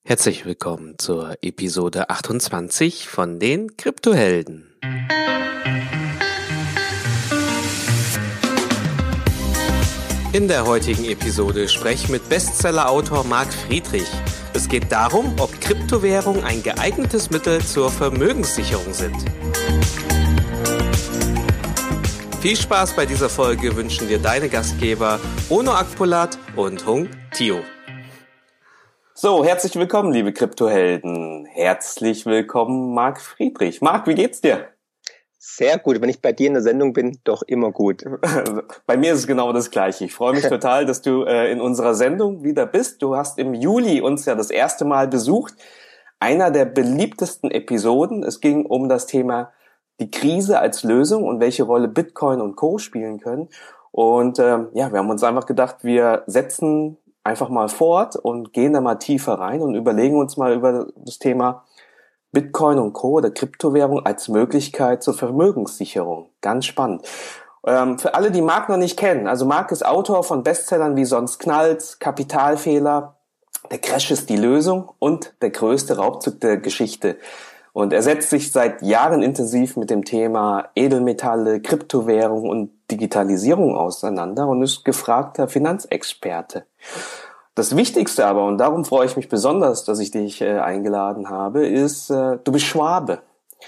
Herzlich willkommen zur Episode 28 von den Kryptohelden. In der heutigen Episode spreche ich mit Bestsellerautor Marc Friedrich. Es geht darum, ob Kryptowährungen ein geeignetes Mittel zur Vermögenssicherung sind. Viel Spaß bei dieser Folge wünschen dir deine Gastgeber Ono Akpolat und Hung Tio. So, herzlich willkommen, liebe Kryptohelden. Herzlich willkommen, Marc Friedrich. Marc, wie geht's dir? Sehr gut. Wenn ich bei dir in der Sendung bin, doch immer gut. Bei mir ist es genau das Gleiche. Ich freue mich total, dass du in unserer Sendung wieder bist. Du hast im Juli uns ja das erste Mal besucht. Einer der beliebtesten Episoden. Es ging um das Thema die Krise als Lösung und welche Rolle Bitcoin und Co. spielen können. Und wir haben uns einfach gedacht, wir setzen einfach mal fort und gehen da mal tiefer rein und überlegen uns mal über das Thema Bitcoin und Co. oder Kryptowährung als Möglichkeit zur Vermögenssicherung. Ganz spannend. Für alle, die Marc noch nicht kennen, also Marc ist Autor von Bestsellern wie Sonst knallt's, Kapitalfehler, Der Crash ist die Lösung und Der größte Raubzug der Geschichte. Und er setzt sich seit Jahren intensiv mit dem Thema Edelmetalle, Kryptowährung und Digitalisierung auseinander und ist gefragter Finanzexperte. Das Wichtigste aber, und darum freue ich mich besonders, dass ich dich eingeladen habe, ist, du bist Schwabe.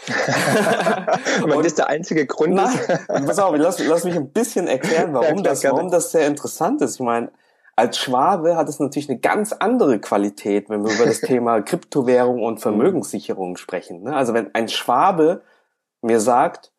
Und das ist der einzige Grund. Pass auf, lass mich ein bisschen erklären, warum das sehr interessant ist. Ich meine, als Schwabe hat es natürlich eine ganz andere Qualität, wenn wir über das Thema Kryptowährung und Vermögenssicherung sprechen. Also wenn ein Schwabe mir sagt,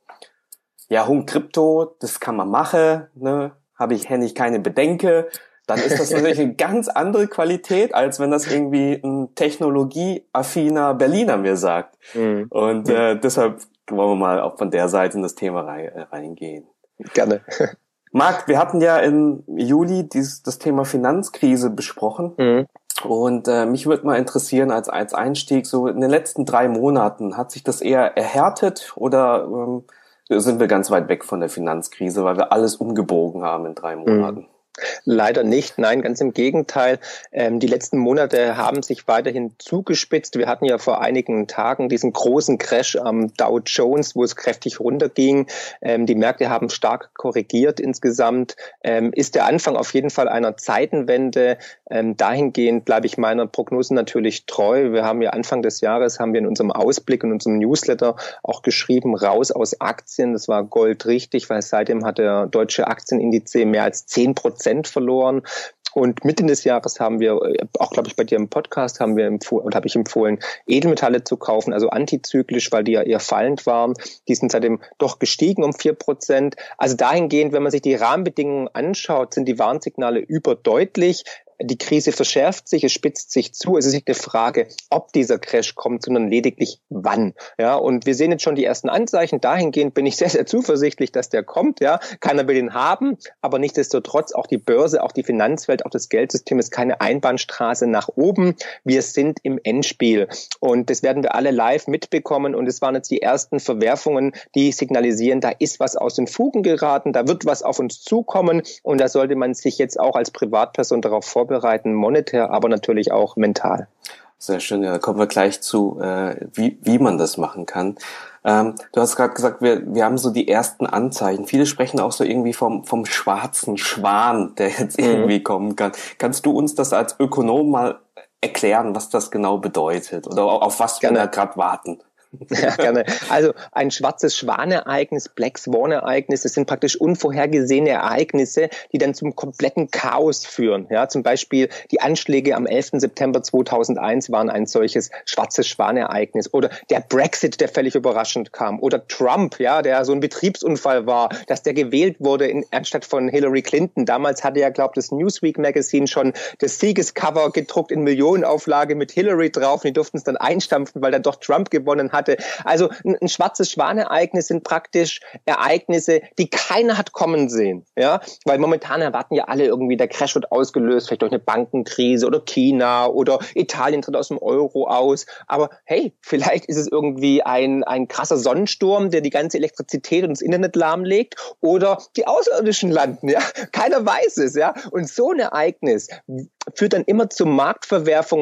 ja, Krypto, das kann man machen, ne, hätte ich keine Bedenken, dann ist das natürlich eine ganz andere Qualität, als wenn das irgendwie ein technologieaffiner Berliner mir sagt. Und deshalb wollen wir mal auch von der Seite in das Thema reingehen. Gerne. Marc, wir hatten ja im Juli das Thema Finanzkrise besprochen. Und mich würde mal interessieren als Einstieg, so in den letzten 3 Monaten, hat sich das eher erhärtet oder sind wir ganz weit weg von der Finanzkrise, weil wir alles umgebogen haben in 3 Monaten? Leider nicht, nein, ganz im Gegenteil. Die letzten Monate haben sich weiterhin zugespitzt. Wir hatten ja vor einigen Tagen diesen großen Crash am Dow Jones, wo es kräftig runterging. Die Märkte haben stark korrigiert insgesamt. Ist der Anfang auf jeden Fall einer Zeitenwende. Dahingehend bleibe ich meiner Prognose natürlich treu. Wir haben ja Anfang des Jahres, haben wir in unserem Ausblick, in unserem Newsletter auch geschrieben, raus aus Aktien. Das war Gold richtig, weil seitdem hat der deutsche Aktienindiz mehr als 10% verloren. Und Mitte des Jahres haben wir, auch glaube ich bei dir im Podcast, habe ich empfohlen, Edelmetalle zu kaufen, also antizyklisch, weil die ja eher fallend waren. Die sind seitdem doch gestiegen um 4%. Also dahingehend, wenn man sich die Rahmenbedingungen anschaut, sind die Warnsignale überdeutlich. Die Krise verschärft sich, es spitzt sich zu. Es ist nicht eine Frage, ob dieser Crash kommt, sondern lediglich wann. Ja, und wir sehen jetzt schon die ersten Anzeichen. Dahingehend bin ich sehr, sehr zuversichtlich, dass der kommt. Ja, keiner will ihn haben, aber nichtsdestotrotz auch die Börse, auch die Finanzwelt, auch das Geldsystem ist keine Einbahnstraße nach oben. Wir sind im Endspiel und das werden wir alle live mitbekommen. Und es waren jetzt die ersten Verwerfungen, die signalisieren, da ist was aus den Fugen geraten, da wird was auf uns zukommen und da sollte man sich jetzt auch als Privatperson darauf vorbereiten, monetär, aber natürlich auch mental. Sehr schön, ja, da kommen wir gleich zu, wie man das machen kann. Du hast gerade gesagt, wir haben so die ersten Anzeichen. Viele sprechen auch so irgendwie vom schwarzen Schwan, der jetzt irgendwie kommen kann. Kannst du uns das als Ökonom mal erklären, was das genau bedeutet oder auf was wir da gerade warten? Ja, gerne. Also ein schwarzes Schwanereignis, Black Swan-Ereignis, das sind praktisch unvorhergesehene Ereignisse, die dann zum kompletten Chaos führen. Ja, zum Beispiel die Anschläge am 11. September 2001 waren ein solches schwarzes Schwanereignis. Oder der Brexit, der völlig überraschend kam. Oder Trump, ja, der so ein Betriebsunfall war, dass der gewählt wurde anstatt von Hillary Clinton. Damals hatte ja, glaube ich, das Newsweek Magazine schon das Siegescover gedruckt in Millionenauflage mit Hillary drauf. Und die durften es dann einstampfen, weil dann doch Trump gewonnen hat. Also ein schwarzes Schwanereignis sind praktisch Ereignisse, die keiner hat kommen sehen. Ja, weil momentan erwarten ja alle irgendwie, der Crash wird ausgelöst, vielleicht durch eine Bankenkrise oder China oder Italien tritt aus dem Euro aus. Aber hey, vielleicht ist es irgendwie ein krasser Sonnensturm, der die ganze Elektrizität und das Internet lahmlegt oder die Außerirdischen landen. Ja, keiner weiß es. Ja, und so ein Ereignis führt dann immer zu Marktverwerfungen,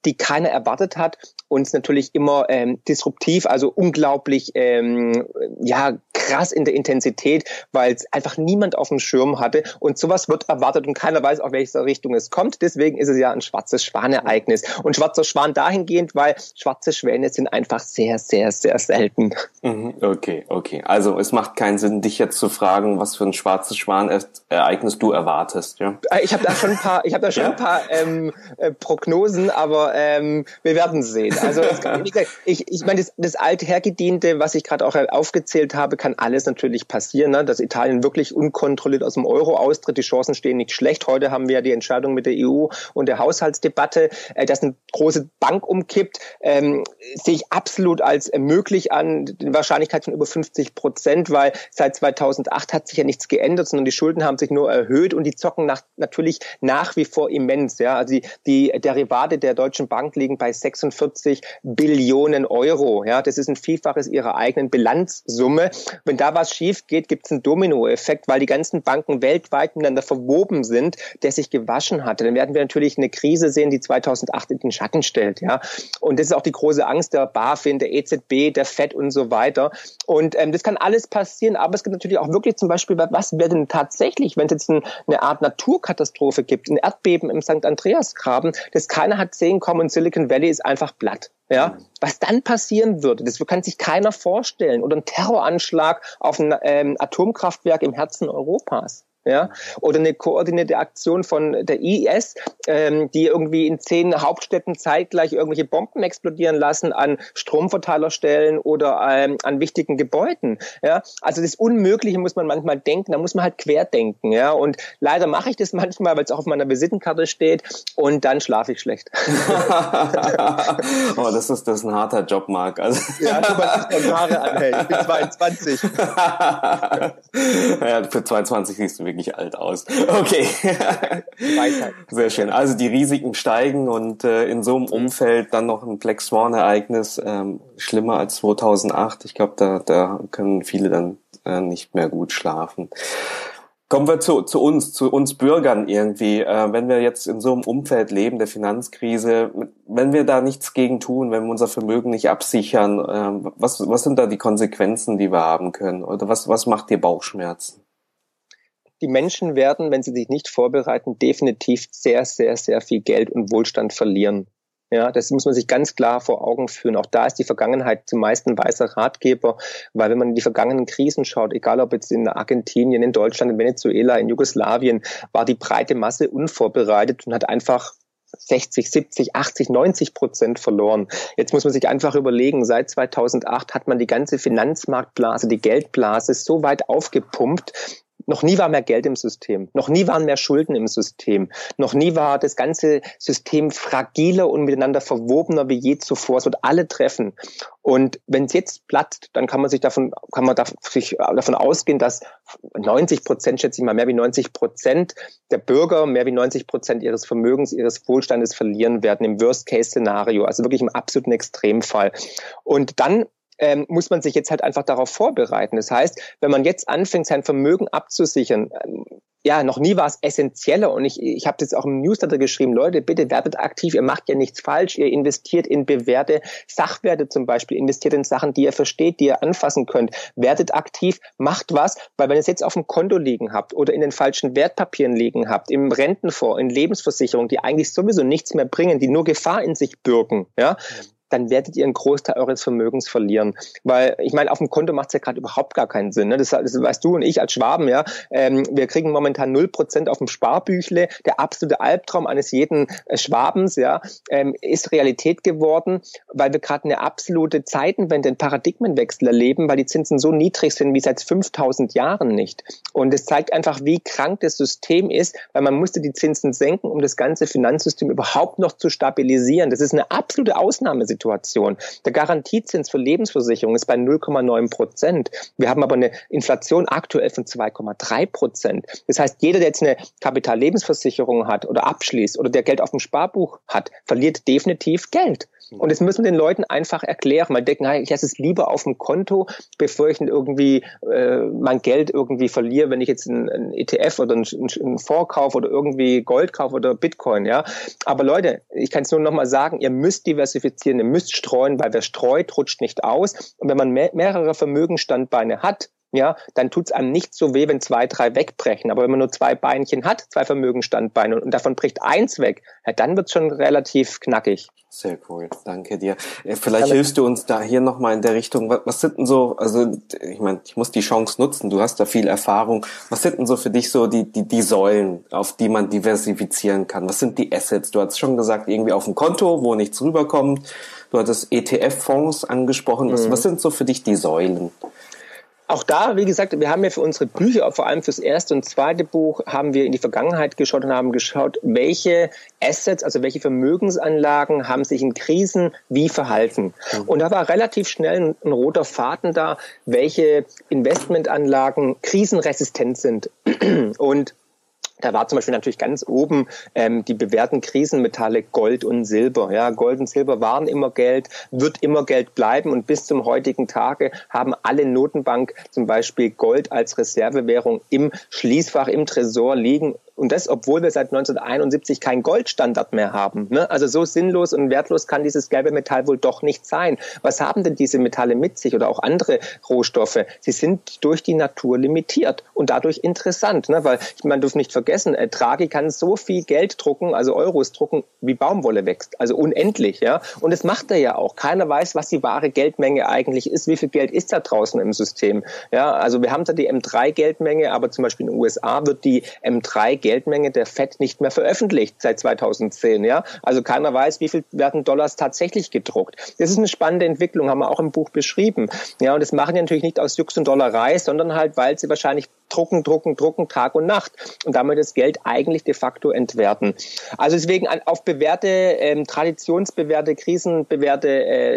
die keiner erwartet hat, und natürlich immer disruptiv, also unglaublich krass in der Intensität, weil es einfach niemand auf dem Schirm hatte, und sowas wird erwartet und keiner weiß, auf welche Richtung es kommt. Deswegen ist es ja ein schwarzes Schwan-Ereignis. Und schwarzer Schwan dahingehend, weil schwarze Schwäne sind einfach sehr, sehr, sehr selten. Okay. Also es macht keinen Sinn, dich jetzt zu fragen, was für ein schwarzes Schwan-Ereignis du erwartest. Ja? Ich habe da schon ein paar Prognosen, aber wir werden sehen. Also ich meine, das alte Hergediente, was ich gerade auch aufgezählt habe, kann alles natürlich passieren, ne? Dass Italien wirklich unkontrolliert aus dem Euro austritt. Die Chancen stehen nicht schlecht. Heute haben wir ja die Entscheidung mit der EU und der Haushaltsdebatte, dass eine große Bank umkippt, sehe ich absolut als möglich an. Die Wahrscheinlichkeit von über 50%, weil seit 2008 hat sich ja nichts geändert, sondern die Schulden haben sich nur erhöht, und die zocken natürlich nach wie vor immens. Ja? Also die Derivate der Deutschen Bank liegen bei 46 Billionen Euro. Ja? Das ist ein Vielfaches ihrer eigenen Bilanzsumme. Wenn da was schief geht, gibt es einen Dominoeffekt, weil die ganzen Banken weltweit miteinander verwoben sind, der sich gewaschen hatte. Dann werden wir natürlich eine Krise sehen, die 2008 in den Schatten stellt. Ja? Und das ist auch die große Angst der BaFin, der EZB, der FED und so weiter. Und das kann alles passieren, aber es gibt natürlich auch wirklich zum Beispiel, was wäre denn tatsächlich, wenn es jetzt eine Art Naturkatastrophe gibt, ein Erdbeben im St. Andreasgraben, das keiner hat sehen kommen, und Silicon Valley ist einfach platt. Ja, was dann passieren würde, das kann sich keiner vorstellen. Oder ein Terroranschlag auf ein Atomkraftwerk im Herzen Europas. Ja, oder eine koordinierte Aktion von der IS, die irgendwie in 10 Hauptstädten zeitgleich irgendwelche Bomben explodieren lassen an Stromverteilerstellen oder an wichtigen Gebäuden. Ja, also das Unmögliche muss man manchmal denken, da muss man halt querdenken. Ja, und leider mache ich das manchmal, weil es auch auf meiner Visitenkarte steht, und dann schlafe ich schlecht. Oh, das ist ein harter Job, Marc. Also ja, du machst noch Haare an, hey. Ich bin 22. Ja, für 22 siehst du wirklich alt aus. Okay. Weisheit. Sehr schön. Also die Risiken steigen, und in so einem Umfeld dann noch ein Black Swan-Ereignis, schlimmer als 2008. Ich glaube, da können viele dann nicht mehr gut schlafen. Kommen wir zu uns Bürgern irgendwie. Wenn wir jetzt in so einem Umfeld leben, der Finanzkrise, wenn wir da nichts gegen tun, wenn wir unser Vermögen nicht absichern, was sind da die Konsequenzen, die wir haben können? Oder was macht dir Bauchschmerzen? Die Menschen werden, wenn sie sich nicht vorbereiten, definitiv sehr, sehr, sehr viel Geld und Wohlstand verlieren. Ja, das muss man sich ganz klar vor Augen führen. Auch da ist die Vergangenheit zumeist ein weißer Ratgeber, weil wenn man in die vergangenen Krisen schaut, egal ob jetzt in Argentinien, in Deutschland, in Venezuela, in Jugoslawien, war die breite Masse unvorbereitet und hat einfach 60, 70, 80, 90% verloren. Jetzt muss man sich einfach überlegen, seit 2008 hat man die ganze Finanzmarktblase, die Geldblase so weit aufgepumpt. Noch nie war mehr Geld im System. Noch nie waren mehr Schulden im System. Noch nie war das ganze System fragiler und miteinander verwobener wie je zuvor. Es wird alle treffen. Und wenn es jetzt platzt, dann kann man davon ausgehen, dass 90%, schätze ich mal, mehr wie 90% der Bürger mehr wie 90% ihres Vermögens, ihres Wohlstandes verlieren werden im Worst-Case-Szenario. Also wirklich im absoluten Extremfall. Und dann muss man sich jetzt halt einfach darauf vorbereiten. Das heißt, wenn man jetzt anfängt, sein Vermögen abzusichern, noch nie war es essentieller, und ich habe das auch im Newsletter geschrieben, Leute, bitte werdet aktiv, ihr macht ja nichts falsch, ihr investiert in bewährte Sachwerte zum Beispiel, investiert in Sachen, die ihr versteht, die ihr anfassen könnt, werdet aktiv, macht was, weil wenn ihr es jetzt auf dem Konto liegen habt oder in den falschen Wertpapieren liegen habt, im Rentenfonds, in Lebensversicherungen, die eigentlich sowieso nichts mehr bringen, die nur Gefahr in sich bürgen, ja, dann werdet ihr einen Großteil eures Vermögens verlieren. Weil, ich meine, auf dem Konto macht es ja gerade überhaupt gar keinen Sinn. Ne? Das weißt du und ich als Schwaben, ja. Wir kriegen momentan 0% auf dem Sparbüchle. Der absolute Albtraum eines jeden Schwabens, ja, ist Realität geworden, weil wir gerade eine absolute Zeitenwende, einen Paradigmenwechsel erleben, weil die Zinsen so niedrig sind wie seit 5000 Jahren nicht. Und es zeigt einfach, wie krank das System ist, weil man musste die Zinsen senken, um das ganze Finanzsystem überhaupt noch zu stabilisieren. Das ist eine absolute Ausnahmesituation. Der Garantiezins für Lebensversicherung ist bei 0,9%. Wir haben aber eine Inflation aktuell von 2,3%. Das heißt, jeder, der jetzt eine Kapitallebensversicherung hat oder abschließt oder der Geld auf dem Sparbuch hat, verliert definitiv Geld. Und das müssen wir den Leuten einfach erklären. Man denkt, ich lasse es lieber auf dem Konto, bevor ich irgendwie mein Geld irgendwie verliere, wenn ich jetzt einen ETF oder einen Fonds kaufe oder irgendwie Gold kaufe oder Bitcoin. Ja. Aber Leute, ich kann es nur nochmal sagen, ihr müsst diversifizieren, ihr müsst streuen, weil wer streut, rutscht nicht aus. Und wenn man mehrere Vermögensstandbeine hat, ja, dann tut's einem nicht so weh, wenn 2, 3 wegbrechen. Aber wenn man nur 2 Beinchen hat, 2 Vermögensstandbeine und davon bricht 1 weg, ja, dann wird's schon relativ knackig. Sehr cool, danke dir. Vielleicht hilfst du uns da hier nochmal in der Richtung. Was sind denn so, also ich meine, ich muss die Chance nutzen, du hast da viel Erfahrung. Was sind denn so für dich so die Säulen, auf die man diversifizieren kann? Was sind die Assets? Du hast schon gesagt, irgendwie auf dem Konto, wo nichts rüberkommt. Du hattest ETF-Fonds angesprochen. Was sind so für dich die Säulen? Auch da, wie gesagt, wir haben ja für unsere Bücher, vor allem fürs erste und zweite Buch, haben wir in die Vergangenheit geschaut und haben geschaut, welche Assets, also welche Vermögensanlagen haben sich in Krisen wie verhalten. Und da war relativ schnell ein roter Faden da, welche Investmentanlagen krisenresistent sind. Und da war zum Beispiel natürlich ganz oben die bewährten Krisenmetalle Gold und Silber. Ja, Gold und Silber waren immer Geld, wird immer Geld bleiben und bis zum heutigen Tage haben alle Notenbank zum Beispiel Gold als Reservewährung im Schließfach, im Tresor liegen. Und das, obwohl wir seit 1971 keinen Goldstandard mehr haben. Ne? Also so sinnlos und wertlos kann dieses gelbe Metall wohl doch nicht sein. Was haben denn diese Metalle mit sich oder auch andere Rohstoffe? Sie sind durch die Natur limitiert und dadurch interessant. Ne? Weil, man darf nicht vergessen, Draghi kann so viel Geld drucken, also Euros drucken, wie Baumwolle wächst. Also unendlich. Ja? Und das macht er ja auch. Keiner weiß, was die wahre Geldmenge eigentlich ist. Wie viel Geld ist da draußen im System? Ja? Also wir haben da die M3-Geldmenge, aber zum Beispiel in den USA wird die M3-Geldmenge der FED nicht mehr veröffentlicht seit 2010. Ja? Also keiner weiß, wie viel werden Dollars tatsächlich gedruckt. Das ist eine spannende Entwicklung, haben wir auch im Buch beschrieben. Ja, und das machen die natürlich nicht aus Jux und Dollerei, sondern halt, weil sie wahrscheinlich drucken, Tag und Nacht und damit das Geld eigentlich de facto entwerten. Also deswegen auf bewährte, traditionsbewährte, krisenbewährte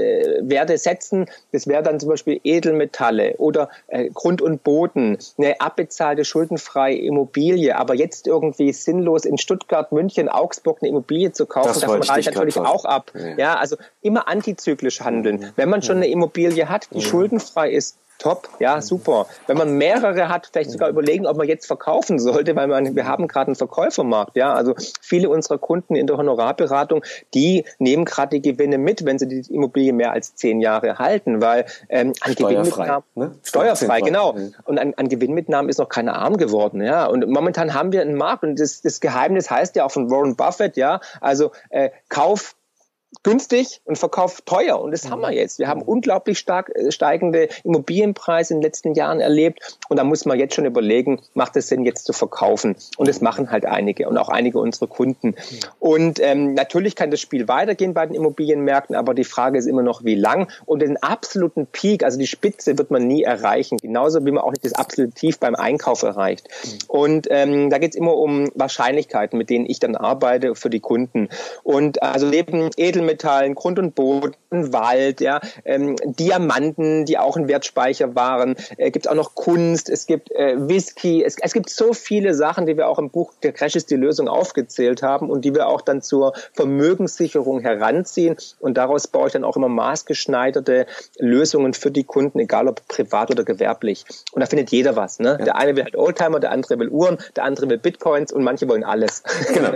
Werte setzen. Das wäre dann zum Beispiel Edelmetalle oder Grund und Boden, eine abbezahlte, schuldenfreie Immobilie, aber jetzt irgendwie sinnlos in Stuttgart, München, Augsburg eine Immobilie zu kaufen, davon reicht natürlich auch ab. Ja, also immer antizyklisch handeln. Wenn man schon eine Immobilie hat, die schuldenfrei ist, top, ja, super. Wenn man mehrere hat, vielleicht sogar überlegen, ob man jetzt verkaufen sollte, weil wir haben gerade einen Verkäufermarkt, ja. Also viele unserer Kunden in der Honorarberatung, die nehmen gerade die Gewinne mit, wenn sie die Immobilie mehr als 10 Jahre halten, weil an Gewinnmitnahmen, steuerfrei, genau. Und an Gewinnmitnahmen ist noch keiner arm geworden, ja. Und momentan haben wir einen Markt und das Geheimnis heißt ja auch von Warren Buffett, ja, also Kauf günstig und Verkauf teuer. Und das haben wir jetzt. Wir haben unglaublich stark steigende Immobilienpreise in den letzten Jahren erlebt. Und da muss man jetzt schon überlegen, macht es Sinn, jetzt zu verkaufen? Und das machen halt einige und auch einige unserer Kunden. Und natürlich kann das Spiel weitergehen bei den Immobilienmärkten, aber die Frage ist immer noch, wie lang. Und den absoluten Peak, also die Spitze, wird man nie erreichen. Genauso wie man auch nicht das absolute Tief beim Einkauf erreicht. Und da geht es immer um Wahrscheinlichkeiten, mit denen ich dann arbeite für die Kunden. Und also neben Edelmetallen, Grund und Boden, Wald, ja, Diamanten, die auch ein Wertspeicher waren. Gibt es auch noch Kunst, es gibt Whisky, es gibt so viele Sachen, die wir auch im Buch Der Crash ist die Lösung aufgezählt haben und die wir auch dann zur Vermögenssicherung heranziehen. Und daraus baue ich dann auch immer maßgeschneiderte Lösungen für die Kunden, egal ob privat oder gewerblich. Und da findet jeder was. Ne? Ja. Der eine will halt Oldtimer, der andere will Uhren, der andere will Bitcoins und manche wollen alles. Genau.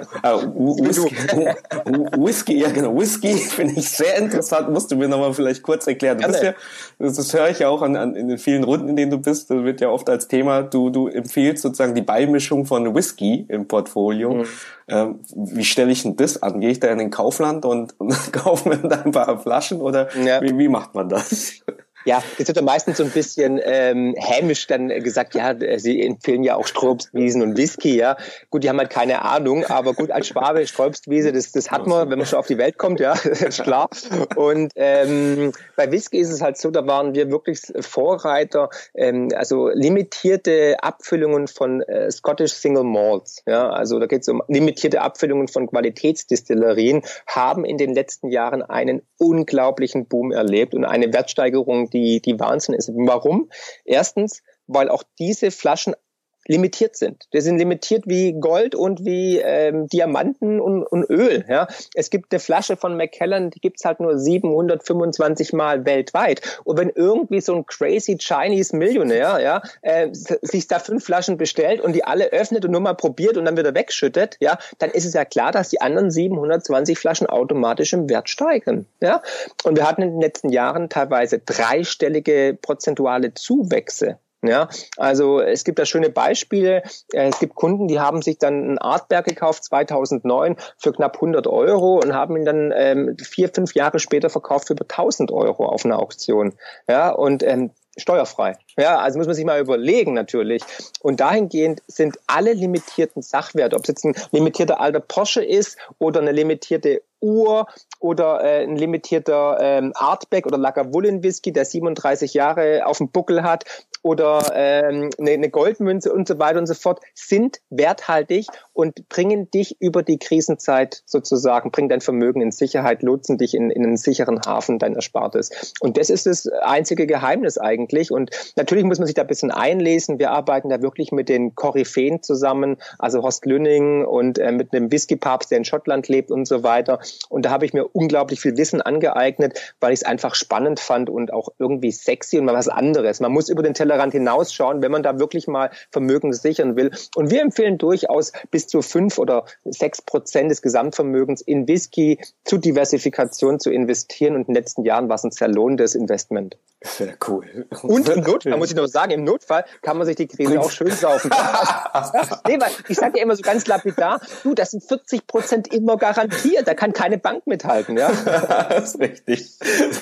Whisky, ja genau. Whisky finde ich sehr interessant. Musst du mir nochmal vielleicht kurz erklären. Du bist ja, das höre ich ja auch in den vielen Runden, in denen du bist. Das wird ja oft als Thema, du empfiehlst sozusagen die Beimischung von Whisky im Portfolio. Wie stelle ich denn das an? Gehe ich da in den Kaufland und kaufe mir da ein paar Flaschen oder wie macht man das? Ja, das wird ja meistens so ein bisschen hämisch dann gesagt, ja, sie empfehlen ja auch Sträubstwiesen und Whisky, ja. Gut, die haben halt keine Ahnung, aber gut, als Schwabe, Sträubstwiese, das hat man, wenn man schon auf die Welt kommt, ja, ist klar. Und bei Whisky ist es halt so, da waren wir wirklich Vorreiter, also limitierte Abfüllungen von Scottish Single Malts, ja, also da geht es um limitierte Abfüllungen von Qualitätsdestillerien, haben in den letzten Jahren einen unglaublichen Boom erlebt und eine Wertsteigerung, die Wahnsinn ist. Warum? Erstens, weil auch diese Flaschen limitiert sind. Die sind limitiert wie Gold und wie Diamanten und Öl. Ja. Es gibt eine Flasche von Macallan, die gibt's halt nur 725 Mal weltweit. Und wenn irgendwie so ein crazy Chinese Millionär sich da 5 Flaschen bestellt und die alle öffnet und nur mal probiert und dann wieder wegschüttet, ja, dann ist es ja klar, dass die anderen 720 Flaschen automatisch im Wert steigen. Ja. Und wir hatten in den letzten Jahren teilweise 3-stellige prozentuale Zuwächse. Ja, also es gibt da schöne Beispiele. Es gibt Kunden, die haben sich dann ein Artberg gekauft 2009 für knapp 100 Euro und haben ihn dann 4-5 Jahre später verkauft für über 1000 Euro auf einer Auktion. Ja, und steuerfrei. Ja, also muss man sich mal überlegen natürlich. Und dahingehend sind alle limitierten Sachwerte, ob es jetzt ein limitierter alter Porsche ist oder eine limitierte Uhr oder ein limitierter Artback oder Lagavulin Whisky, der 37 Jahre auf dem Buckel hat, oder eine Goldmünze und so weiter und so fort, sind werthaltig und bringen dich über die Krisenzeit sozusagen, bringen dein Vermögen in Sicherheit, lotsen dich in einen sicheren Hafen, dein Erspartes. Und das ist das einzige Geheimnis eigentlich. Und natürlich muss man sich da ein bisschen einlesen. Wir arbeiten da wirklich mit den Koryphäen zusammen, also Horst Lünning und mit einem Whisky-Papst, der in Schottland lebt und so weiter. Und da habe ich mir unglaublich viel Wissen angeeignet, weil ich es einfach spannend fand und auch irgendwie sexy und mal was anderes. Man muss über den Tellerrand hinausschauen, wenn man da wirklich mal Vermögen sichern will. Und wir empfehlen durchaus bis zu 5 oder 6% des Gesamtvermögens in Whisky zur Diversifikation zu investieren. Und in den letzten Jahren war es ein sehr lohnendes Investment. Sehr cool. Und im Notfall, muss ich noch sagen, im Notfall kann man sich die Krise auch schön saufen. Nee, weil ich sage ja immer so ganz lapidar, du, das sind 40% immer garantiert, da kann keine Bank mithalten. Ja? Das ist richtig.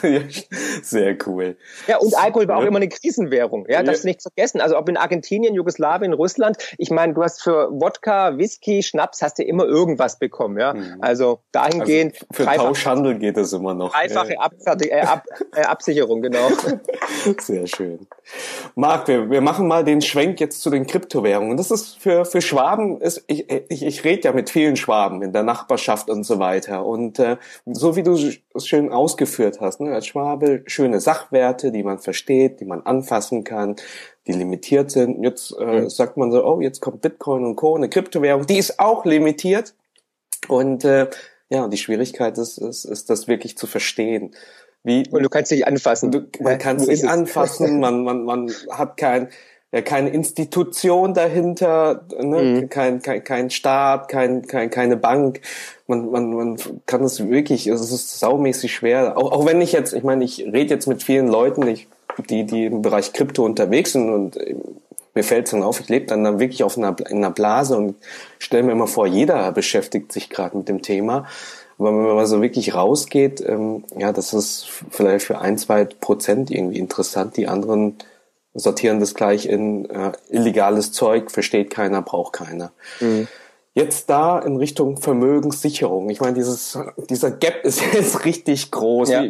Sehr cool. Ja, und Alkohol war auch immer eine Krisenwährung. Ja, darfst du nicht vergessen. Also ob in Argentinien, Jugoslawien, Russland, ich meine, du hast für Wodka, Whisky, Schnaps, hast du immer irgendwas bekommen. Ja, also dahingehend. Also für Tauschhandel geht es immer noch. Dreifache Absicherung, genau. Sehr schön. Marc, wir machen mal den Schwenk jetzt zu den Kryptowährungen. Das ist für Schwaben, ich rede ja mit vielen Schwaben in der Nachbarschaft und so weiter. Und so wie du es schön ausgeführt hast, ne, als Schwabe, schöne Sachwerte, die man versteht, die man anfassen kann, die limitiert sind. Jetzt sagt man so, oh, jetzt kommt Bitcoin und Co., eine Kryptowährung, die ist auch limitiert. Und die Schwierigkeit ist das wirklich zu verstehen. Und du kannst dich anfassen. Man kann es nicht anfassen, man hat keine Institution dahinter, ne? Kein Staat, keine Bank. Man kann es wirklich, es ist saumäßig schwer. Auch wenn ich rede jetzt mit vielen Leuten, die im Bereich Krypto unterwegs sind und mir fällt es dann auf, ich lebe dann wirklich in einer Blase und stelle mir immer vor, jeder beschäftigt sich gerade mit dem Thema. Aber wenn man mal so wirklich rausgeht, das ist vielleicht für 1-2% irgendwie interessant. Die anderen sortieren das gleich in illegales Zeug, versteht keiner, braucht keiner. Mhm. Jetzt da in Richtung Vermögenssicherung. Ich meine, dieser Gap ist jetzt richtig groß. Ja.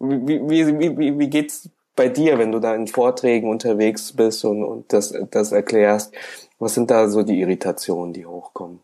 Wie geht's bei dir, wenn du da in Vorträgen unterwegs bist und das erklärst? Was sind da so die Irritationen, die hochkommen?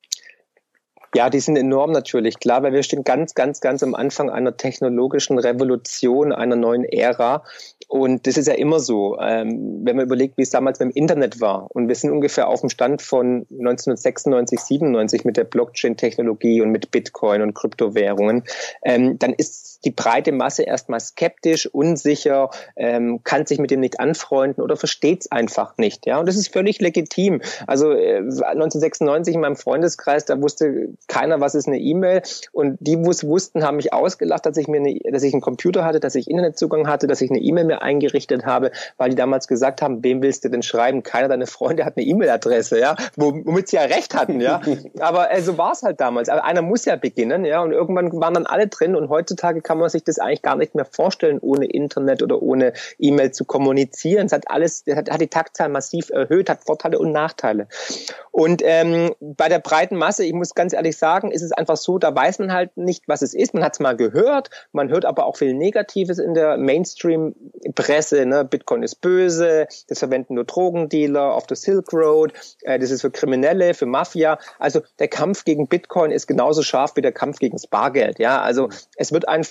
Ja, die sind enorm natürlich, klar, weil wir stehen ganz, ganz, ganz am Anfang einer technologischen Revolution, einer neuen Ära. Und das ist ja immer so, wenn man überlegt, wie es damals beim Internet war. Und wir sind ungefähr auf dem Stand von 1996, 97 mit der Blockchain-Technologie und mit Bitcoin und Kryptowährungen. Dann ist die breite Masse erstmal skeptisch, unsicher, kann sich mit dem nicht anfreunden oder versteht es einfach nicht. Ja, und das ist völlig legitim. Also 1996 in meinem Freundeskreis, da wusste keiner, was ist eine E-Mail. Und die, wo es wussten, haben mich ausgelacht, dass ich einen Computer hatte, dass ich Internetzugang hatte, dass ich eine E-Mail mir eingerichtet habe, weil die damals gesagt haben, wem willst du denn schreiben? Keiner deiner Freunde hat eine E-Mail-Adresse, ja, womit sie ja recht hatten, ja. Aber so war es halt damals. Aber einer muss ja beginnen, ja. Und irgendwann waren dann alle drin. Und heutzutage kann man sich das eigentlich gar nicht mehr vorstellen, ohne Internet oder ohne E-Mail zu kommunizieren. Es hat die Taktzahl massiv erhöht, hat Vorteile und Nachteile. Und bei der breiten Masse, ich muss ganz ehrlich sagen, ist es einfach so, da weiß man halt nicht, was es ist. Man hat es mal gehört, man hört aber auch viel Negatives in der Mainstream-Presse. Ne? Bitcoin ist böse, das verwenden nur Drogendealer auf der Silk Road, das ist für Kriminelle, für Mafia. Also der Kampf gegen Bitcoin ist genauso scharf wie der Kampf gegen das Bargeld. Ja? Also es wird einfach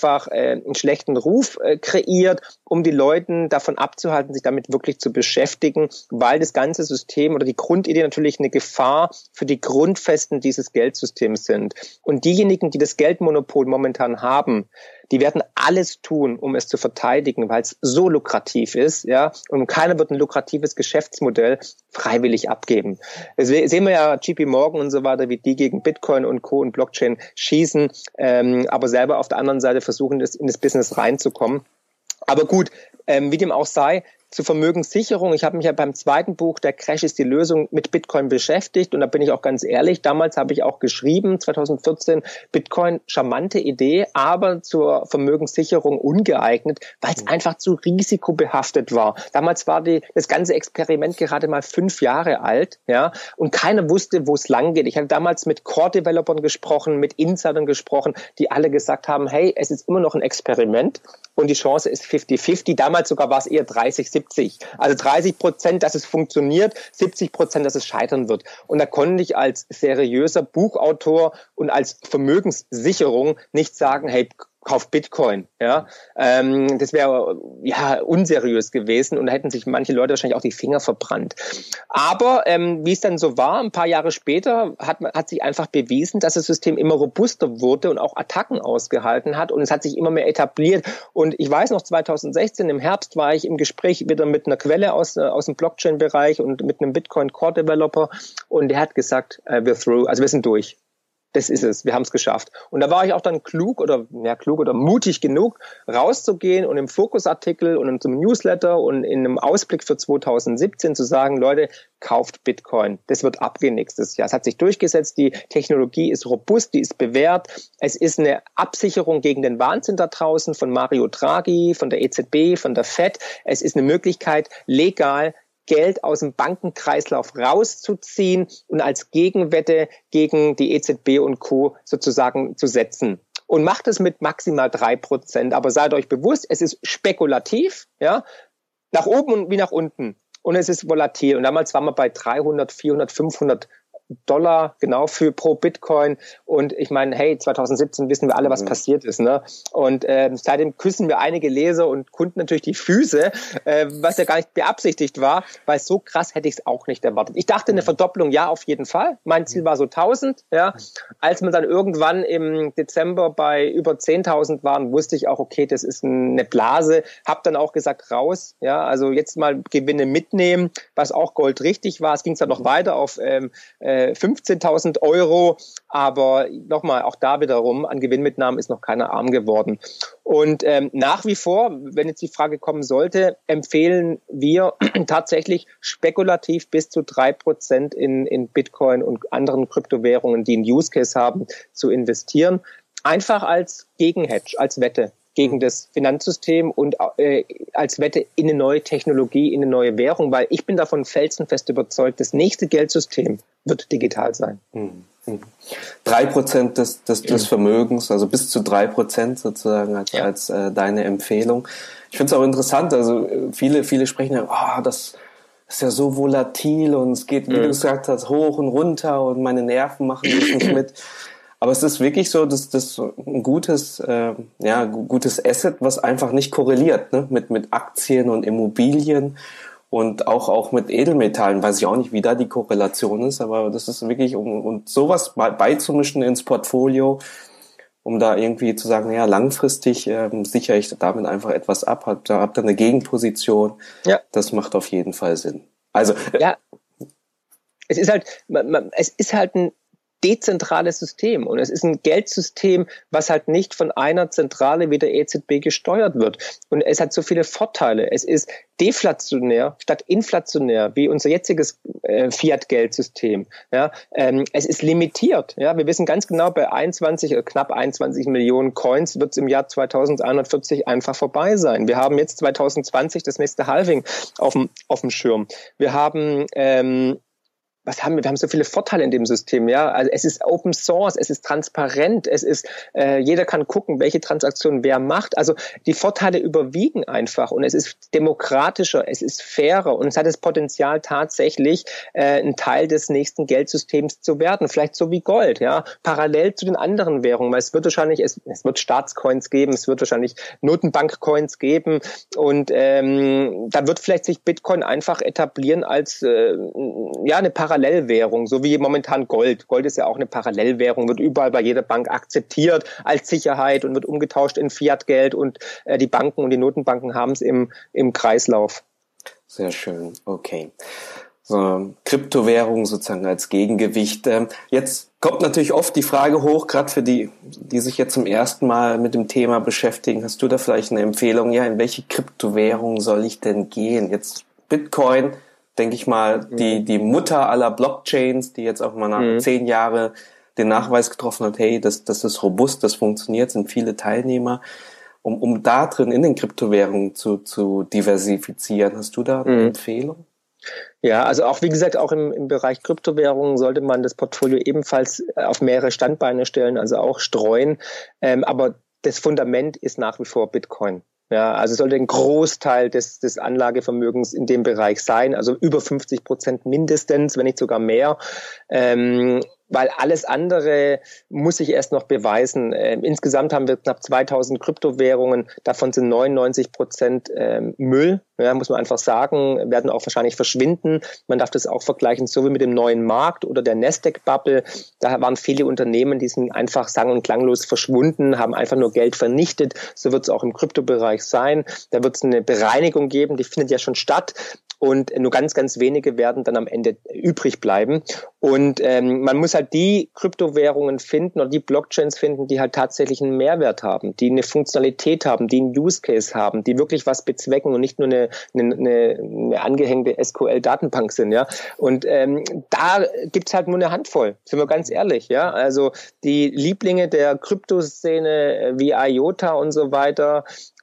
einfach einen schlechten Ruf kreiert, um die Leute davon abzuhalten, sich damit wirklich zu beschäftigen, weil das ganze System oder die Grundidee natürlich eine Gefahr für die Grundfesten dieses Geldsystems sind. Und diejenigen, die das Geldmonopol momentan haben, die werden alles tun, um es zu verteidigen, weil es so lukrativ ist, ja, und keiner wird ein lukratives Geschäftsmodell freiwillig abgeben. Das sehen wir ja JP Morgan und so weiter, wie die gegen Bitcoin und Co. und Blockchain schießen, aber selber auf der anderen Seite versuchen, in das Business reinzukommen. Aber gut, wie dem auch sei, zur Vermögenssicherung. Ich habe mich ja beim zweiten Buch, Der Crash ist die Lösung, mit Bitcoin beschäftigt. Und da bin ich auch ganz ehrlich, damals habe ich auch geschrieben, 2014, Bitcoin, charmante Idee, aber zur Vermögenssicherung ungeeignet, weil es einfach zu risikobehaftet war. Damals war das ganze Experiment gerade mal 5 Jahre alt, ja, und keiner wusste, wo es lang geht. Ich hatte damals mit Core-Developern gesprochen, mit Insidern gesprochen, die alle gesagt haben, hey, es ist immer noch ein Experiment und die Chance ist 50-50. Damals sogar war es eher 30-70. Also 30%, dass es funktioniert, 70%, dass es scheitern wird. Und da konnte ich als seriöser Buchautor und als Vermögenssicherung nicht sagen, hey, kauf Bitcoin, ja. Das wäre ja unseriös gewesen und da hätten sich manche Leute wahrscheinlich auch die Finger verbrannt. Aber wie es dann so war, ein paar Jahre später hat sich einfach bewiesen, dass das System immer robuster wurde und auch Attacken ausgehalten hat und es hat sich immer mehr etabliert. Und ich weiß noch, 2016 im Herbst war ich im Gespräch wieder mit einer Quelle aus dem Blockchain-Bereich und mit einem Bitcoin-Core-Developer und der hat gesagt, we're through, also wir sind durch. Das ist es, wir haben es geschafft. Und da war ich auch dann klug oder mutig genug, rauszugehen und im Fokusartikel und in einem Newsletter und in einem Ausblick für 2017 zu sagen, Leute, kauft Bitcoin. Das wird abgehen nächstes Jahr. Es hat sich durchgesetzt, die Technologie ist robust, die ist bewährt. Es ist eine Absicherung gegen den Wahnsinn da draußen von Mario Draghi, von der EZB, von der Fed. Es ist eine Möglichkeit, legal Geld aus dem Bankenkreislauf rauszuziehen und als Gegenwette gegen die EZB und Co. sozusagen zu setzen. Und macht es mit maximal 3%. Aber seid euch bewusst, es ist spekulativ, ja, nach oben wie nach unten. Und es ist volatil. Und damals waren wir bei 300, 400, 500 Dollar genau pro Bitcoin und ich meine, hey, 2017 wissen wir alle, was passiert ist, ne? Und seitdem küssen wir einige Leser und Kunden natürlich die Füße, was ja gar nicht beabsichtigt war, weil so krass hätte ich es auch nicht erwartet. Ich dachte, eine Verdopplung, ja, auf jeden Fall. Mein Ziel war so 1000, ja. Als wir dann irgendwann im Dezember bei über 10.000 waren, wusste ich auch, okay, das ist eine Blase. Hab dann auch gesagt, raus, ja, also jetzt mal Gewinne mitnehmen, was auch Gold richtig war. Es ging dann noch weiter auf 15.000 Euro, aber nochmal, auch da wiederum, an Gewinnmitnahmen ist noch keiner arm geworden. Und nach wie vor, wenn jetzt die Frage kommen sollte, empfehlen wir tatsächlich spekulativ bis zu 3% in Bitcoin und anderen Kryptowährungen, die einen Use Case haben, zu investieren. Einfach als Gegenhedge, als Wette gegen das Finanzsystem und als Wette in eine neue Technologie, in eine neue Währung, weil ich bin davon felsenfest überzeugt, das nächste Geldsystem wird digital sein. 3% des Vermögens, also bis zu 3% sozusagen als deine Empfehlung. Ich finde es auch interessant, also viele sprechen ja, das ist ja so volatil und es geht, wie du gesagt hast, hoch und runter und meine Nerven machen das nicht mit. Aber es ist wirklich so, dass das ein gutes Asset, was einfach nicht korreliert, ne? Mit Aktien und Immobilien und auch mit Edelmetallen. Weiß ich auch nicht, wie da die Korrelation ist, aber das ist wirklich, und sowas beizumischen ins Portfolio, um da irgendwie zu sagen, ja, langfristig sichere ich damit einfach etwas ab, hab da eine Gegenposition. Ja. Das macht auf jeden Fall Sinn. Also es ist halt ein dezentrales System und es ist ein Geldsystem, was halt nicht von einer Zentrale wie der EZB gesteuert wird. Und es hat so viele Vorteile. Es ist deflationär statt inflationär, wie unser jetziges Fiat-Geldsystem. Ja, es ist limitiert. Ja, wir wissen ganz genau, bei knapp 21 Millionen Coins wird es im Jahr 2140 einfach vorbei sein. Wir haben jetzt 2020 das nächste Halving auf dem Schirm. Wir haben was haben wir? Wir haben so viele Vorteile in dem System, ja. Also es ist Open Source, es ist transparent, es ist, jeder kann gucken, welche Transaktion wer macht. Also die Vorteile überwiegen einfach und es ist demokratischer, es ist fairer und es hat das Potenzial tatsächlich, ein Teil des nächsten Geldsystems zu werden. Vielleicht so wie Gold, ja. Parallel zu den anderen Währungen, weil es wird wahrscheinlich, es wird Staatscoins geben, es wird wahrscheinlich Notenbankcoins geben und da wird vielleicht sich Bitcoin einfach etablieren als eine Parallelwährung, so wie momentan Gold. Gold ist ja auch eine Parallelwährung, wird überall bei jeder Bank akzeptiert als Sicherheit und wird umgetauscht in Fiatgeld und die Banken und die Notenbanken haben es im Kreislauf. Sehr schön, okay. So, Kryptowährung sozusagen als Gegengewicht. Jetzt kommt natürlich oft die Frage hoch, gerade für die sich jetzt zum ersten Mal mit dem Thema beschäftigen. Hast du da vielleicht eine Empfehlung? Ja, in welche Kryptowährung soll ich denn gehen? Jetzt Bitcoin, denke ich mal, die Mutter aller Blockchains, die jetzt auch mal nach 10 Jahren den Nachweis getroffen hat, hey, das ist robust, das funktioniert, sind viele Teilnehmer. Um da drin in den Kryptowährungen zu diversifizieren, hast du da eine Empfehlung? Ja, also auch wie gesagt, auch im Bereich Kryptowährungen sollte man das Portfolio ebenfalls auf mehrere Standbeine stellen, also auch streuen. Aber das Fundament ist nach wie vor Bitcoin. Ja, also sollte ein Großteil des Anlagevermögens in dem Bereich sein, also über 50% mindestens, wenn nicht sogar mehr. Weil alles andere muss sich erst noch beweisen. Insgesamt haben wir knapp 2000 Kryptowährungen, davon sind 99% Müll, ja, muss man einfach sagen, werden auch wahrscheinlich verschwinden. Man darf das auch vergleichen, so wie mit dem neuen Markt oder der Nasdaq-Bubble. Da waren viele Unternehmen, die sind einfach sang- und klanglos verschwunden, haben einfach nur Geld vernichtet. So wird es auch im Kryptobereich sein. Da wird es eine Bereinigung geben, die findet ja schon statt. Und nur ganz, ganz wenige werden dann am Ende übrig bleiben. Und man muss halt die Kryptowährungen finden oder die Blockchains finden, die halt tatsächlich einen Mehrwert haben, die eine Funktionalität haben, die einen Use Case haben, die wirklich was bezwecken und nicht nur eine angehängte SQL-Datenbank sind. Ja. Und da gibt's halt nur eine Handvoll, sind wir ganz ehrlich. Ja. Also die Lieblinge der Kryptoszene wie IOTA und so weiter,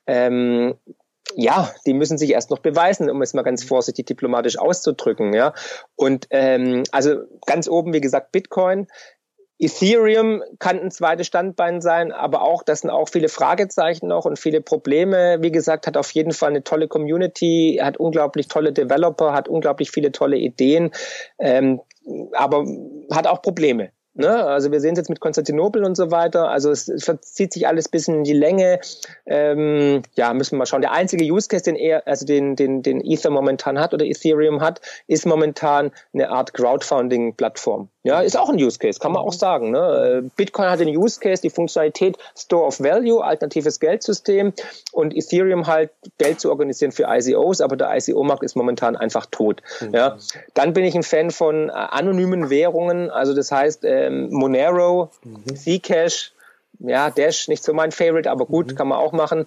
ja, die müssen sich erst noch beweisen, um es mal ganz vorsichtig diplomatisch auszudrücken, ja. Und also ganz oben, wie gesagt, Bitcoin. Ethereum kann ein zweites Standbein sein, aber auch, das sind auch viele Fragezeichen noch und viele Probleme. Wie gesagt, hat auf jeden Fall eine tolle Community, hat unglaublich tolle Developer, hat unglaublich viele tolle Ideen, aber hat auch Probleme. Ne? Also wir sehen es jetzt mit Konstantinopel und so weiter. Also es verzieht sich alles ein bisschen in die Länge. Müssen wir mal schauen. Der einzige Use Case, den Ether momentan hat oder Ethereum hat, ist momentan eine Art Crowdfunding-Plattform. Ja, ist auch ein Use Case, kann man auch sagen. Ne? Bitcoin hat den Use Case, die Funktionalität Store of Value, alternatives Geldsystem und Ethereum halt Geld zu organisieren für ICOs, aber der ICO-Markt ist momentan einfach tot. Ja? Dann bin ich ein Fan von anonymen Währungen, also das heißt Monero, Zcash, ja, Dash, nicht so mein Favorite, aber gut, kann man auch machen.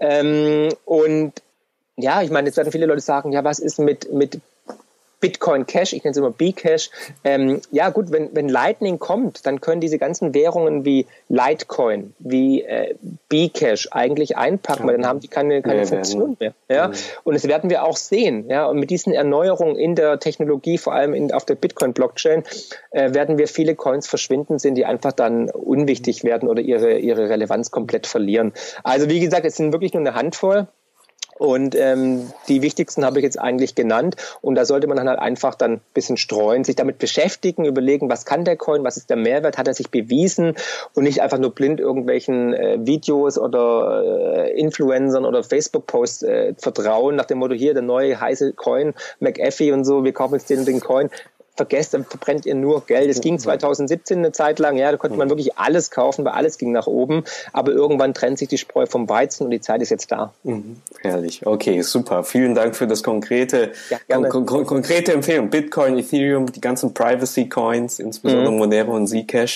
Und ja, ich meine, jetzt werden viele Leute sagen, ja, was ist mit Bitcoin Cash, ich nenne es immer Bcash. Ja gut, wenn Lightning kommt, dann können diese ganzen Währungen wie Litecoin, wie Bcash eigentlich einpacken, weil dann haben die keine Funktion mehr. Ja? Und das werden wir auch sehen. Ja? Und mit diesen Erneuerungen in der Technologie, vor allem auf der Bitcoin-Blockchain, werden wir viele Coins verschwinden sehen, die einfach dann unwichtig werden oder ihre Relevanz komplett verlieren. Also wie gesagt, es sind wirklich nur eine Handvoll. Und die wichtigsten habe ich jetzt eigentlich genannt. Und da sollte man dann halt einfach dann ein bisschen streuen, sich damit beschäftigen, überlegen, was kann der Coin, was ist der Mehrwert, hat er sich bewiesen und nicht einfach nur blind irgendwelchen Videos oder Influencern oder Facebook-Posts vertrauen, nach dem Motto, hier der neue heiße Coin, McAfee und so, wir kaufen jetzt den Coin. Vergesst, dann verbrennt ihr nur Geld. Es ging 2017 eine Zeit lang, ja, da konnte man wirklich alles kaufen, weil alles ging nach oben. Aber irgendwann trennt sich die Spreu vom Weizen und die Zeit ist jetzt da. Herrlich. Okay, super. Vielen Dank für das konkrete Empfehlung. Bitcoin, Ethereum, die ganzen Privacy Coins, insbesondere Monero und Zcash,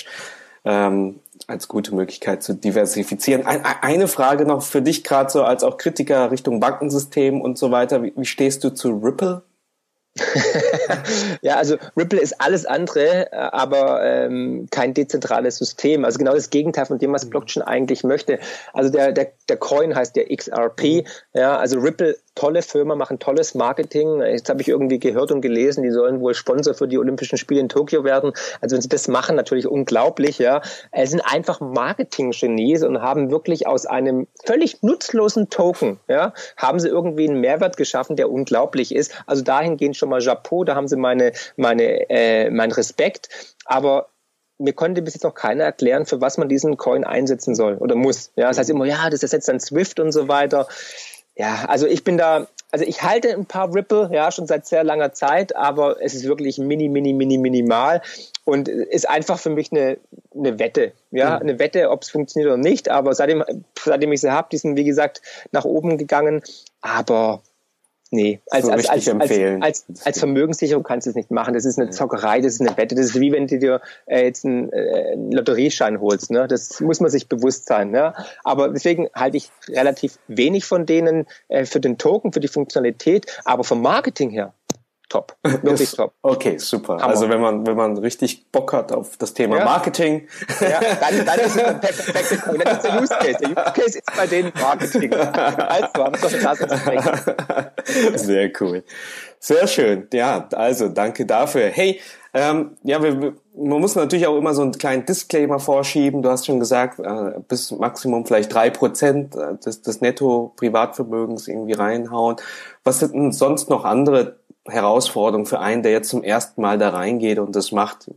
als gute Möglichkeit zu diversifizieren. Eine Frage noch für dich gerade so als auch Kritiker Richtung Bankensystem und so weiter. Wie stehst du zu Ripple? Ja, also Ripple ist alles andere, aber kein dezentrales System. Also genau das Gegenteil von dem, was Blockchain eigentlich möchte. Also der Coin heißt ja XRP. Ja, also Ripple tolle Firma, machen tolles Marketing. Jetzt habe ich irgendwie gehört und gelesen, die sollen wohl Sponsor für die Olympischen Spiele in Tokio werden. Also wenn sie das machen, natürlich unglaublich, ja. Es sind einfach Marketing-Genies und haben wirklich aus einem völlig nutzlosen Token, ja, haben sie irgendwie einen Mehrwert geschaffen, der unglaublich ist. Also dahingehend schon mal Chapeau, da haben sie meinen Respekt. Aber mir konnte bis jetzt noch keiner erklären, für was man diesen Coin einsetzen soll oder muss. Ja, das heißt immer, ja, das ersetzt dann Swift und so weiter. Ja, also ich halte ein paar Ripple, ja, schon seit sehr langer Zeit, aber es ist wirklich minimal und ist einfach für mich eine Wette. Ja, eine Wette, ob es funktioniert oder nicht, aber seitdem ich sie habe, die sind, wie gesagt, nach oben gegangen, aber nee, als Vermögenssicherung kannst du es nicht machen. Das ist eine Zockerei, das ist eine Wette. Das ist wie wenn du dir jetzt einen Lotterieschein holst. Ne? Das muss man sich bewusst sein. Ne? Aber deswegen halte ich relativ wenig von denen für den Token, für die Funktionalität. Aber vom Marketing her, top. Wirklich top. Okay, super. Hammer. Also wenn man richtig Bock hat auf das Thema Marketing. Ja, dann ist es ein perfekter Coin. Das ist der Use Case. Der Use Case ist bei denen Marketing. Also, haben wir das Sehr cool. Sehr schön. Ja, also danke dafür. Hey, man muss natürlich auch immer so einen kleinen Disclaimer vorschieben. Du hast schon gesagt, bis Maximum vielleicht 3% des Netto-Privatvermögens irgendwie reinhauen. Was sind denn sonst noch andere Herausforderung für einen, der jetzt zum ersten Mal da reingeht und das macht?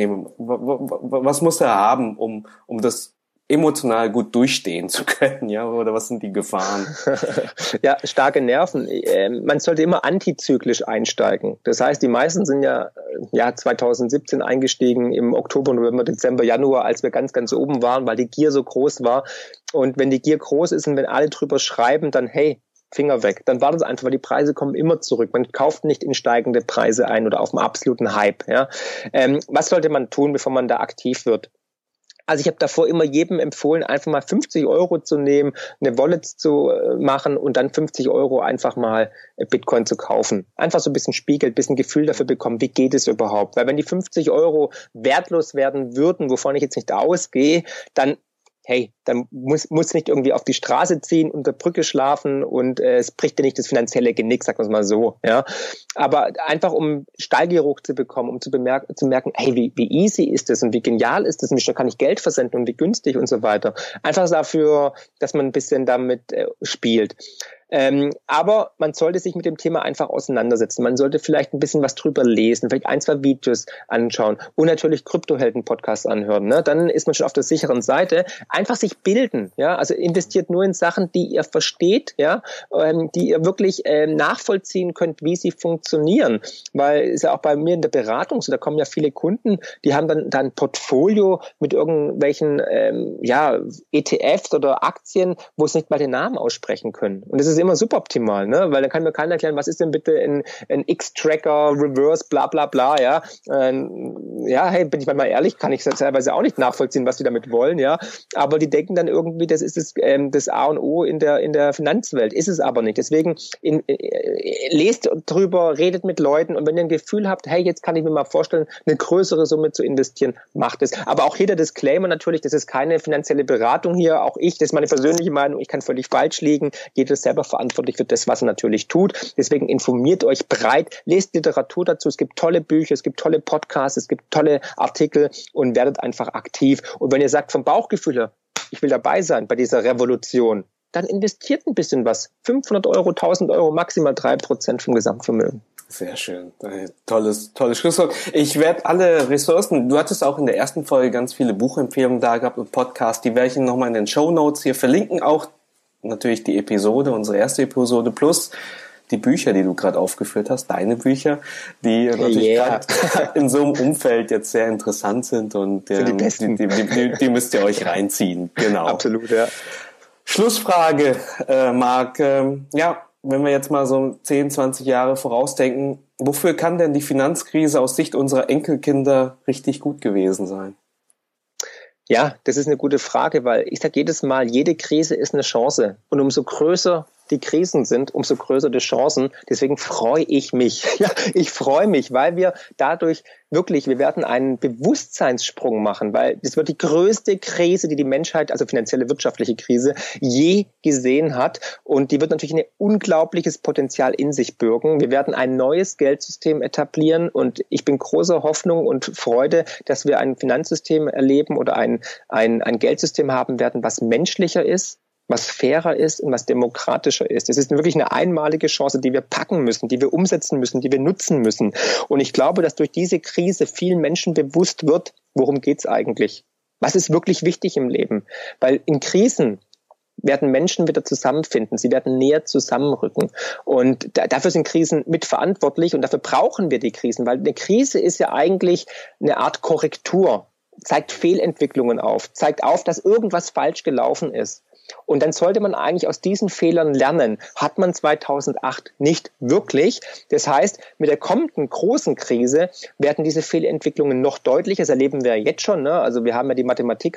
Was muss er haben, um das emotional gut durchstehen zu können, ja? Oder was sind die Gefahren? Ja, starke Nerven. Man sollte immer antizyklisch einsteigen. Das heißt, die meisten sind ja 2017 eingestiegen im Oktober, November, Dezember, Januar, als wir ganz, ganz oben waren, weil die Gier so groß war. Und wenn die Gier groß ist und wenn alle drüber schreiben, dann hey, Finger weg. Dann war das einfach, weil die Preise kommen immer zurück. Man kauft nicht in steigende Preise ein oder auf einen absoluten Hype. Ja. Was sollte man tun, bevor man da aktiv wird? Also ich habe davor immer jedem empfohlen, einfach mal 50 Euro zu nehmen, eine Wallet zu machen und dann 50 Euro einfach mal Bitcoin zu kaufen. Einfach so ein bisschen Spiegel, ein bisschen Gefühl dafür bekommen, wie geht es überhaupt? Weil wenn die 50 Euro wertlos werden würden, wovon ich jetzt nicht ausgehe, dann muss nicht irgendwie auf die Straße ziehen, unter Brücke schlafen und es bricht dir nicht das finanzielle Genick, sagen wir es mal so. Ja. Aber einfach um Stallgeruch zu bekommen, um zu merken, hey, wie easy ist das und wie genial ist das und wie schnell kann ich Geld versenden und wie günstig und so weiter. Einfach dafür, dass man ein bisschen damit spielt. Aber man sollte sich mit dem Thema einfach auseinandersetzen. Man sollte vielleicht ein bisschen was drüber lesen, vielleicht 1, 2 Videos anschauen und natürlich Kryptohelden-Podcasts anhören. Ne? Dann ist man schon auf der sicheren Seite. Einfach sich bilden. Ja? Also investiert nur in Sachen, die ihr versteht, ja? Die ihr wirklich nachvollziehen könnt, wie sie funktionieren. Weil ist ja auch bei mir in der Beratung so, da kommen ja viele Kunden, die haben dann ein Portfolio mit irgendwelchen ETFs oder Aktien, wo sie nicht mal den Namen aussprechen können. Und das ist immer suboptimal, ne? Weil dann kann mir keiner erklären, was ist denn bitte ein X-Tracker, Reverse, bla bla bla, ja. Hey, bin ich mal ehrlich, kann ich teilweise auch nicht nachvollziehen, was die damit wollen, ja. Aber die denken dann irgendwie, das ist das A und O in der Finanzwelt. Ist es aber nicht. Deswegen lest drüber, redet mit Leuten und wenn ihr ein Gefühl habt, hey, jetzt kann ich mir mal vorstellen, eine größere Summe zu investieren, macht es. Aber auch hier der Disclaimer natürlich, das ist keine finanzielle Beratung hier, auch ich, das ist meine persönliche Meinung, ich kann völlig falsch liegen, jeder ist selber verantwortlich für das, was er natürlich tut. Deswegen informiert euch breit, lest Literatur dazu, es gibt tolle Bücher, es gibt tolle Podcasts, es gibt tolle Artikel und werdet einfach aktiv. Und wenn ihr sagt vom Bauchgefühl her, ich will dabei sein bei dieser Revolution, dann investiert ein bisschen was. 500 Euro, 1000 Euro, maximal 3% vom Gesamtvermögen. Sehr schön. Tolles Schlusswort. Ich werde alle Ressourcen, du hattest auch in der ersten Folge ganz viele Buchempfehlungen da gehabt und Podcasts, die werde ich nochmal in den Shownotes hier verlinken, auch natürlich die Episode, unsere erste Episode plus die Bücher, die du gerade aufgeführt hast, deine Bücher, die natürlich gerade in so einem Umfeld jetzt sehr interessant sind und die müsst ihr euch reinziehen. Genau. Absolut, ja. Schlussfrage, Marc. Wenn wir jetzt mal so 10, 20 Jahre vorausdenken, wofür kann denn die Finanzkrise aus Sicht unserer Enkelkinder richtig gut gewesen sein? Ja, das ist eine gute Frage, weil ich sage jedes Mal, jede Krise ist eine Chance. Und umso größer die Krisen sind, umso größer die Chancen. Deswegen freue ich mich. Ja, ich freue mich, weil wir dadurch wirklich, wir werden einen Bewusstseinssprung machen, weil das wird die größte Krise, die die Menschheit, also finanzielle, wirtschaftliche Krise, je gesehen hat. Und die wird natürlich ein unglaubliches Potenzial in sich bürgen. Wir werden ein neues Geldsystem etablieren und ich bin großer Hoffnung und Freude, dass wir ein Finanzsystem erleben oder ein Geldsystem haben werden, was menschlicher ist, was fairer ist und was demokratischer ist. Es ist wirklich eine einmalige Chance, die wir packen müssen, die wir umsetzen müssen, die wir nutzen müssen. Und ich glaube, dass durch diese Krise vielen Menschen bewusst wird, worum geht's eigentlich? Was ist wirklich wichtig im Leben? Weil in Krisen werden Menschen wieder zusammenfinden, sie werden näher zusammenrücken. Und dafür sind Krisen mitverantwortlich und dafür brauchen wir die Krisen, weil eine Krise ist ja eigentlich eine Art Korrektur, zeigt Fehlentwicklungen auf, zeigt auf, dass irgendwas falsch gelaufen ist. Und dann sollte man eigentlich aus diesen Fehlern lernen. Hat man 2008 nicht wirklich. Das heißt, mit der kommenden großen Krise werden diese Fehlentwicklungen noch deutlicher. Das erleben wir jetzt schon. Ne? Also wir haben ja die Mathematik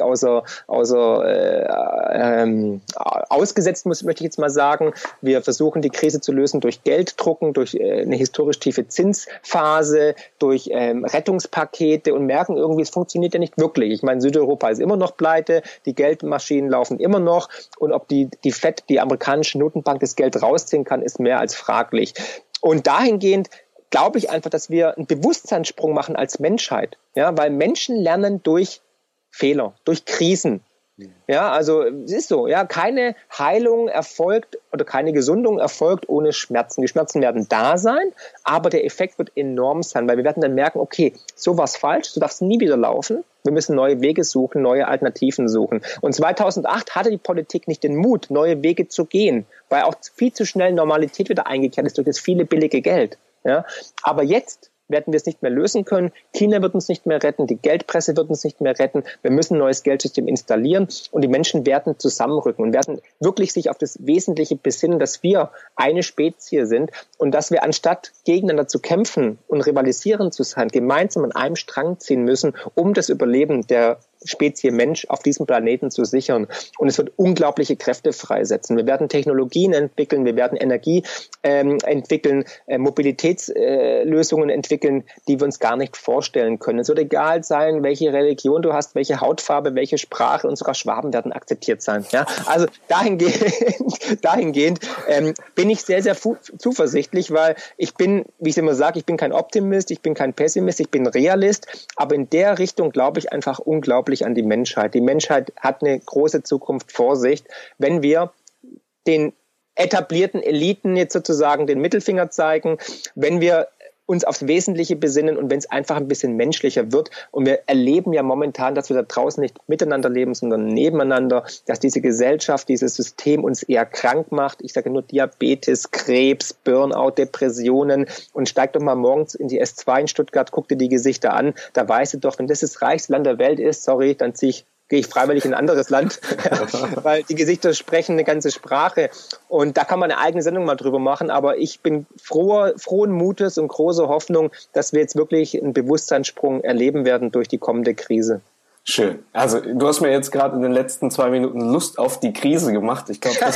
ausgesetzt, möchte ich jetzt mal sagen. Wir versuchen, die Krise zu lösen durch Gelddrucken, durch eine historisch tiefe Zinsphase, durch Rettungspakete und merken irgendwie, es funktioniert ja nicht wirklich. Ich meine, Südeuropa ist immer noch pleite, die Geldmaschinen laufen immer noch. Und ob die FED, die amerikanische Notenbank, das Geld rausziehen kann, ist mehr als fraglich. Und dahingehend glaube ich einfach, dass wir einen Bewusstseinssprung machen als Menschheit. Ja, weil Menschen lernen durch Fehler, durch Krisen. Ja, also es ist so, ja, keine Heilung erfolgt oder keine Gesundung erfolgt ohne Schmerzen. Die Schmerzen werden da sein, aber der Effekt wird enorm sein, weil wir werden dann merken, okay, so war's falsch, so darf es nie wieder laufen. Wir müssen neue Wege suchen, neue Alternativen suchen. Und 2008 hatte die Politik nicht den Mut, neue Wege zu gehen, weil auch viel zu schnell Normalität wieder eingekehrt ist durch das viele billige Geld. Ja, aber jetzt werden wir es nicht mehr lösen können. China wird uns nicht mehr retten, die Geldpresse wird uns nicht mehr retten. Wir müssen ein neues Geldsystem installieren und die Menschen werden zusammenrücken und werden wirklich sich auf das Wesentliche besinnen, dass wir eine Spezies sind und dass wir anstatt gegeneinander zu kämpfen und rivalisieren zu sein, gemeinsam an einem Strang ziehen müssen, um das Überleben der Spezies Mensch auf diesem Planeten zu sichern. Und es wird unglaubliche Kräfte freisetzen. Wir werden Technologien entwickeln, wir werden Energie entwickeln, Mobilitätslösungen entwickeln, die wir uns gar nicht vorstellen können. Es wird egal sein, welche Religion du hast, welche Hautfarbe, welche Sprache und sogar Schwaben werden akzeptiert sein. Ja? Also dahingehend bin ich sehr, sehr zuversichtlich, weil ich bin, wie ich immer sage, ich bin kein Optimist, ich bin kein Pessimist, ich bin Realist, aber in der Richtung glaube ich einfach unglaublich an die Menschheit. Die Menschheit hat eine große Zukunft vor sich, wenn wir den etablierten Eliten jetzt sozusagen den Mittelfinger zeigen, wenn wir uns aufs Wesentliche besinnen und wenn es einfach ein bisschen menschlicher wird. Und wir erleben ja momentan, dass wir da draußen nicht miteinander leben, sondern nebeneinander, dass diese Gesellschaft, dieses System uns eher krank macht. Ich sage nur Diabetes, Krebs, Burnout, Depressionen. Und steig doch mal morgens in die S2 in Stuttgart, guck dir die Gesichter an. Da weißt du doch, wenn das reichste Land der Welt ist, sorry, dann gehe ich freiwillig in ein anderes Land, weil die Gesichter sprechen eine ganze Sprache und da kann man eine eigene Sendung mal drüber machen, aber ich bin frohen Mutes und große Hoffnung, dass wir jetzt wirklich einen Bewusstseinssprung erleben werden durch die kommende Krise. Schön. Also du hast mir jetzt gerade in den letzten 2 Minuten Lust auf die Krise gemacht. Ich glaube,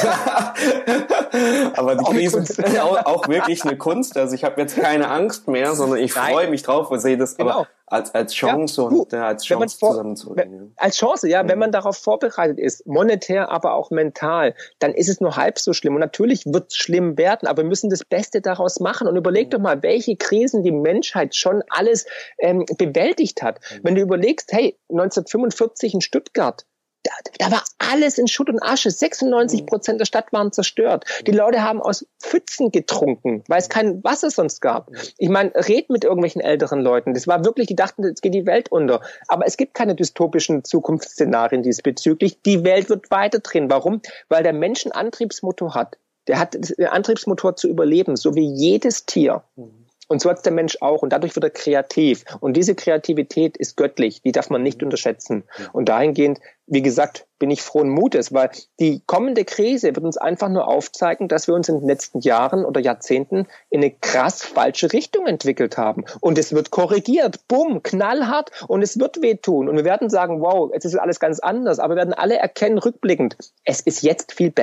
aber die Krise ist auch wirklich eine Kunst. Also ich habe jetzt keine Angst mehr, sondern ich freue mich drauf und sehe das aber als Chance als Chance zusammenzureden. Als Chance, ja. Wenn man darauf vorbereitet ist, monetär, aber auch mental, dann ist es nur halb so schlimm. Und natürlich wird es schlimm werden, aber wir müssen das Beste daraus machen. Und überleg doch mal, welche Krisen die Menschheit schon alles bewältigt hat. Wenn du überlegst, hey, 1945 in Stuttgart, da war alles in Schutt und Asche. 96% der Stadt waren zerstört. Die Leute haben aus Pfützen getrunken, weil es kein Wasser sonst gab. Ich meine, red mit irgendwelchen älteren Leuten. Das war wirklich, die dachten, jetzt geht die Welt unter. Aber es gibt keine dystopischen Zukunftsszenarien diesbezüglich. Die Welt wird weiterdrehen. Warum? Weil der Mensch einen Antriebsmotor hat. Der hat den Antriebsmotor zu überleben, so wie jedes Tier. Und so hat der Mensch auch. Und dadurch wird er kreativ. Und diese Kreativität ist göttlich. Die darf man nicht unterschätzen. Und dahingehend, wie gesagt, bin ich frohen Mutes, weil die kommende Krise wird uns einfach nur aufzeigen, dass wir uns in den letzten Jahren oder Jahrzehnten in eine krass falsche Richtung entwickelt haben. Und es wird korrigiert. Bumm, knallhart. Und es wird wehtun. Und wir werden sagen, wow, jetzt ist alles ganz anders. Aber wir werden alle erkennen, rückblickend, es ist jetzt viel besser.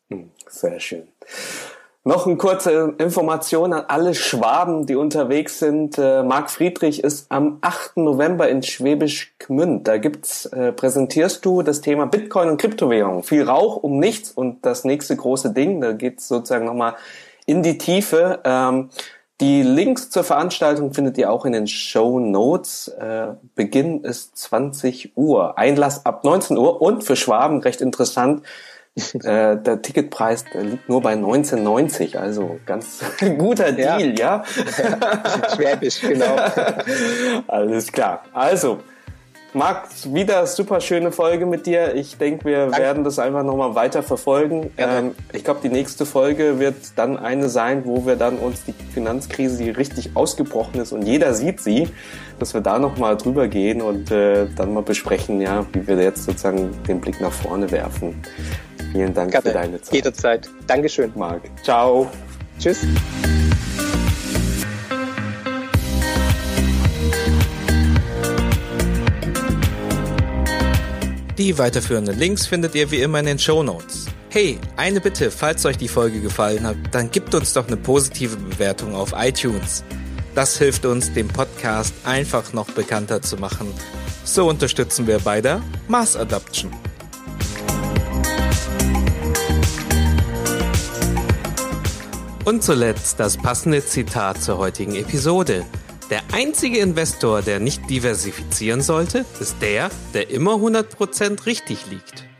Sehr schön. Noch eine kurze Information an alle Schwaben, die unterwegs sind. Marc Friedrich ist am 8. November in Schwäbisch Gmünd. Da präsentierst du das Thema Bitcoin und Kryptowährung. Viel Rauch um nichts und das nächste große Ding. Da geht's sozusagen nochmal in die Tiefe. Die Links zur Veranstaltung findet ihr auch in den Shownotes. Beginn ist 20 Uhr. Einlass ab 19 Uhr und für Schwaben recht interessant. Der Ticketpreis liegt nur bei 19,90, also ganz guter Deal, ja? Schwäbisch, genau. Alles klar. Also, Marc, wieder super schöne Folge mit dir. Ich denke, wir werden das einfach nochmal weiter verfolgen. Ich glaube, die nächste Folge wird dann eine sein, wo wir dann uns die Finanzkrise, die richtig ausgebrochen ist und jeder sieht sie, dass wir da nochmal drüber gehen und dann mal besprechen, ja, wie wir jetzt sozusagen den Blick nach vorne werfen. Vielen Dank für deine Zeit. Jederzeit. Dankeschön, Marc. Ciao. Tschüss. Die weiterführenden Links findet ihr wie immer in den Shownotes. Hey, eine Bitte, falls euch die Folge gefallen hat, dann gebt uns doch eine positive Bewertung auf iTunes. Das hilft uns, den Podcast einfach noch bekannter zu machen. So unterstützen wir bei der Mass Adoption. Und zuletzt das passende Zitat zur heutigen Episode. Der einzige Investor, der nicht diversifizieren sollte, ist der immer 100% richtig liegt.